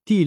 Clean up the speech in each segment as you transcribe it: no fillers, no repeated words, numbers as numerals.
第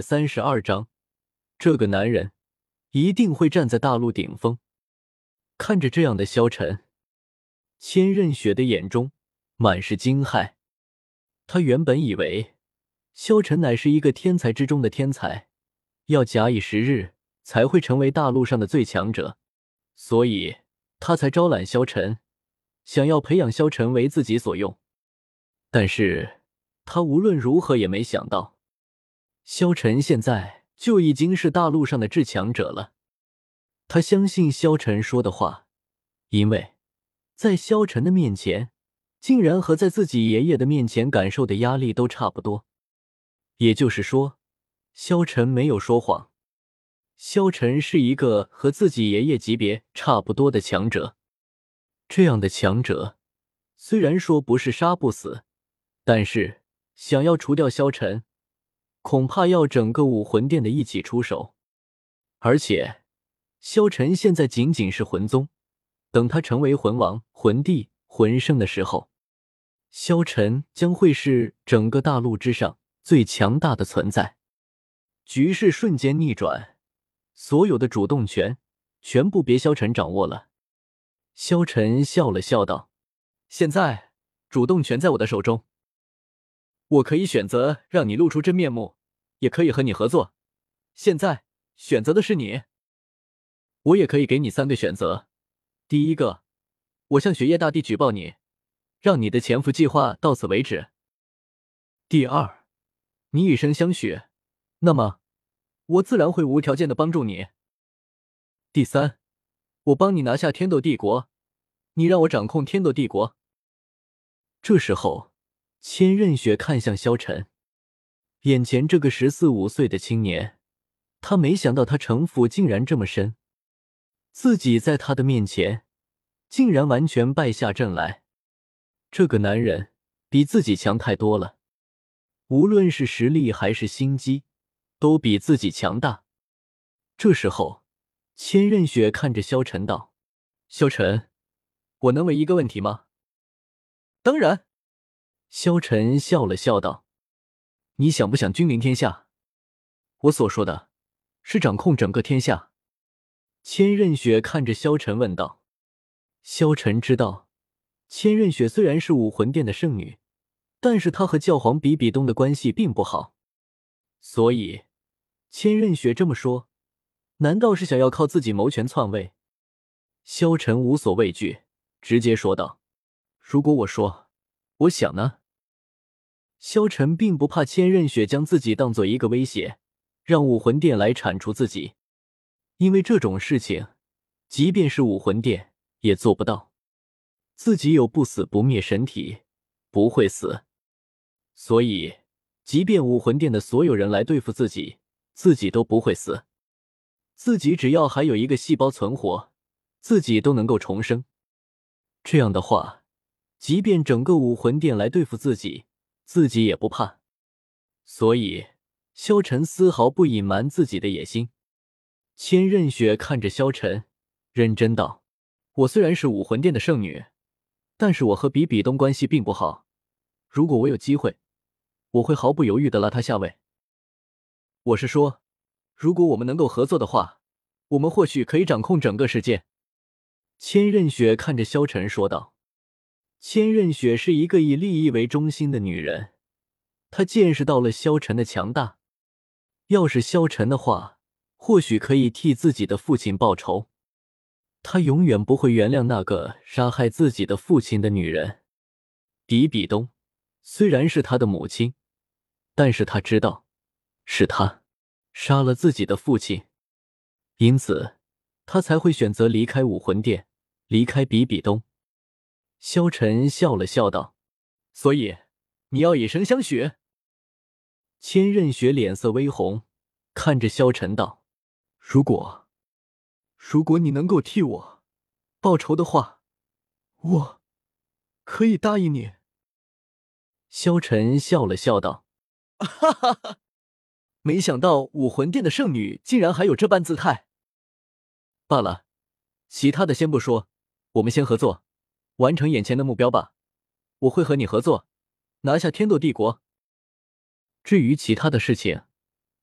232章，这个男人一定会站在大陆顶峰。看着这样的萧晨，千仞雪的眼中满是惊骇。他原本以为萧晨乃是一个天才之中的天才，要假以时日才会成为大陆上的最强者，所以他才招揽萧晨，想要培养萧晨为自己所用。但是他无论如何也没想到，萧晨现在就已经是大陆上的至强者了。他相信萧晨说的话，因为在萧晨的面前，竟然和在自己爷爷的面前感受的压力都差不多。也就是说，萧晨没有说谎，萧晨是一个和自己爷爷级别差不多的强者。这样的强者，虽然说不是杀不死，但是想要除掉萧晨，恐怕要整个武魂殿的一起出手。而且萧晨现在仅仅是魂宗，等他成为魂王、魂帝、魂圣的时候，萧晨将会是整个大陆之上最强大的存在。局势瞬间逆转，所有的主动权全部别萧晨掌握了。萧晨笑了笑道：现在主动权在我的手中，我可以选择让你露出真面目，也可以和你合作，现在选择的是你。我也可以给你3个选择。第一个，我向雪夜大帝举报你，让你的潜伏计划到此为止。第二，你以身相许，那么我自然会无条件的帮助你。第三，我帮你拿下天斗帝国，你让我掌控天斗帝国。这时候，千仞雪看向萧晨，眼前这个14、15岁的青年，他没想到他城府竟然这么深，自己在他的面前竟然完全败下阵来。这个男人比自己强太多了，无论是实力还是心机，都比自己强大。这时候，千仞雪看着萧晨道：萧晨，我能问一个问题吗？当然。萧晨笑了笑道：你想不想君临天下？我所说的是掌控整个天下。千仞雪看着萧晨问道。萧晨知道千仞雪虽然是武魂殿的圣女，但是她和教皇比比东的关系并不好，所以千仞雪这么说，难道是想要靠自己谋权篡位？萧晨无所畏惧，直接说道：如果我说我想呢？萧晨并不怕千仞雪将自己当做一个威胁，让武魂殿来铲除自己，因为这种事情即便是武魂殿也做不到。自己有不死不灭神体，不会死，所以即便武魂殿的所有人来对付自己，自己都不会死。自己只要还有一个细胞存活，自己都能够重生。这样的话，即便整个武魂殿来对付自己，自己也不怕。所以萧晨丝毫不隐瞒自己的野心。千仞雪看着萧晨，认真道：我虽然是武魂殿的圣女，但是我和比比东关系并不好，如果我有机会，我会毫不犹豫地拉他下位。我是说，如果我们能够合作的话，我们或许可以掌控整个世界。千仞雪看着萧晨说道。千仞雪是一个以利益为中心的女人，她见识到了萧晨的强大，要是萧晨的话，或许可以替自己的父亲报仇。她永远不会原谅那个杀害自己的父亲的女人。比比东虽然是她的母亲，但是她知道是她杀了自己的父亲，因此她才会选择离开武魂殿，离开比比东。萧晨笑了笑道：所以你要以身相许？千仞雪脸色微红，看着萧晨道：如果你能够替我报仇的话，我可以答应你。萧晨笑了笑道：哈哈哈，没想到武魂殿的圣女竟然还有这般姿态。罢了，其他的先不说，我们先合作，完成眼前的目标吧。我会和你合作，拿下天斗帝国。至于其他的事情，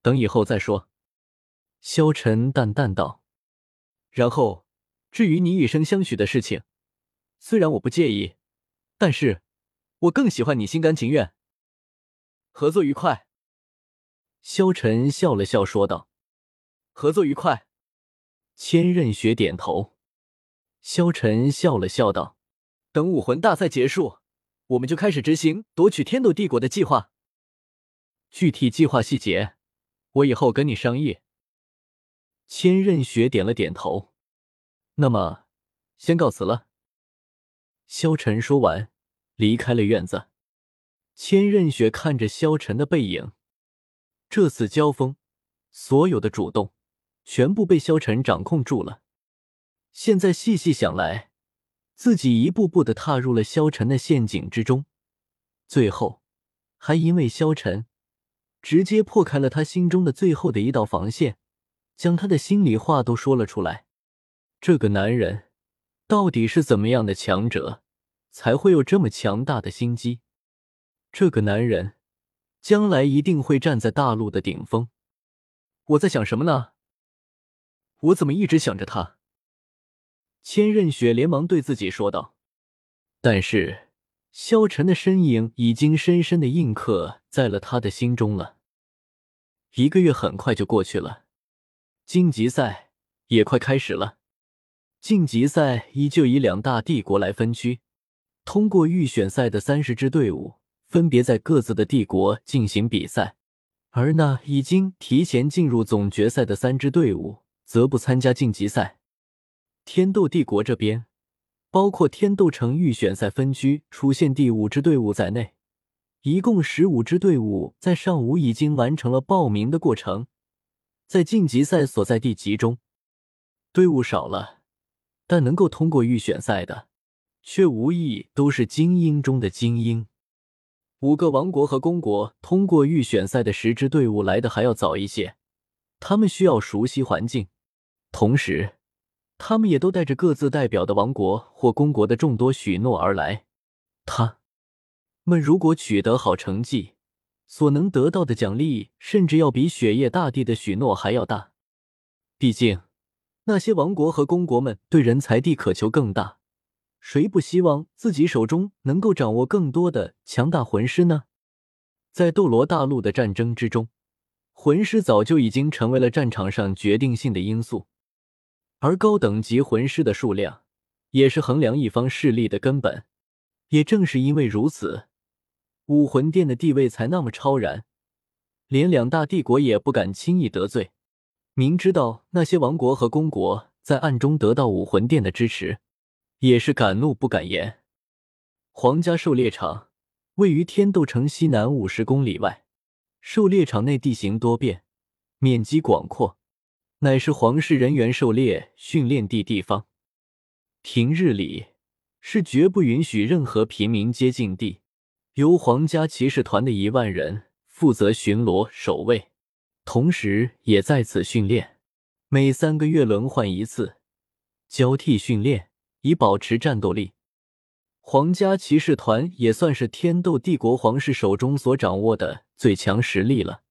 等以后再说。萧晨淡淡道。然后，至于你以身相许的事情，虽然我不介意，但是我更喜欢你心甘情愿。合作愉快。萧晨笑了笑说道。合作愉快。千仞雪点头。萧晨笑了笑道。等武魂大赛结束，我们就开始执行夺取天斗帝国的计划。具体计划细节，我以后跟你商议。千仞雪点了点头。那么，先告辞了。萧晨说完，离开了院子。千仞雪看着萧晨的背影，这次交锋，所有的主动全部被萧晨掌控住了。现在细细想来，自己一步步地踏入了萧晨的陷阱之中，最后还因为萧晨直接破开了他心中的最后的一道防线，将他的心里话都说了出来。这个男人到底是怎么样的强者，才会有这么强大的心机？这个男人将来一定会站在大陆的顶峰。我在想什么呢？我怎么一直想着他？千仞雪连忙对自己说道。但是萧晨的身影已经深深地印刻在了他的心中了。1个月很快就过去了，晋级赛也快开始了。晋级赛依旧以2大帝国来分区，通过预选赛的30支队伍分别在各自的帝国进行比赛，而那已经提前进入总决赛的3支队伍则不参加晋级赛。天斗帝国这边，包括天斗城预选赛分区出现第5支队伍在内，一共15支队伍在上午已经完成了报名的过程。在晋级赛所在地集中，队伍少了，但能够通过预选赛的，却无疑都是精英中的精英。5个王国和公国通过预选赛的10支队伍来的还要早一些，他们需要熟悉环境，同时他们也都带着各自代表的王国或公国的众多许诺而来。他们如果取得好成绩，所能得到的奖励甚至要比雪夜大帝的许诺还要大。毕竟那些王国和公国们对人才地渴求更大，谁不希望自己手中能够掌握更多的强大魂师呢？在斗罗大陆的战争之中，魂师早就已经成为了战场上决定性的因素，而高等级魂师的数量也是衡量一方势力的根本。也正是因为如此，武魂殿的地位才那么超然，连2大帝国也不敢轻易得罪。明知道那些王国和公国在暗中得到武魂殿的支持，也是敢怒不敢言。皇家狩猎场位于天斗城西南50公里外，狩猎场内地形多变，面积广阔，乃是皇室人员狩猎训练地方。平日里是绝不允许任何平民接近地，由皇家骑士团的1万人负责巡逻守卫，同时也在此训练，每3个月轮换一次，交替训练，以保持战斗力。皇家骑士团也算是天斗帝国皇室手中所掌握的最强实力了。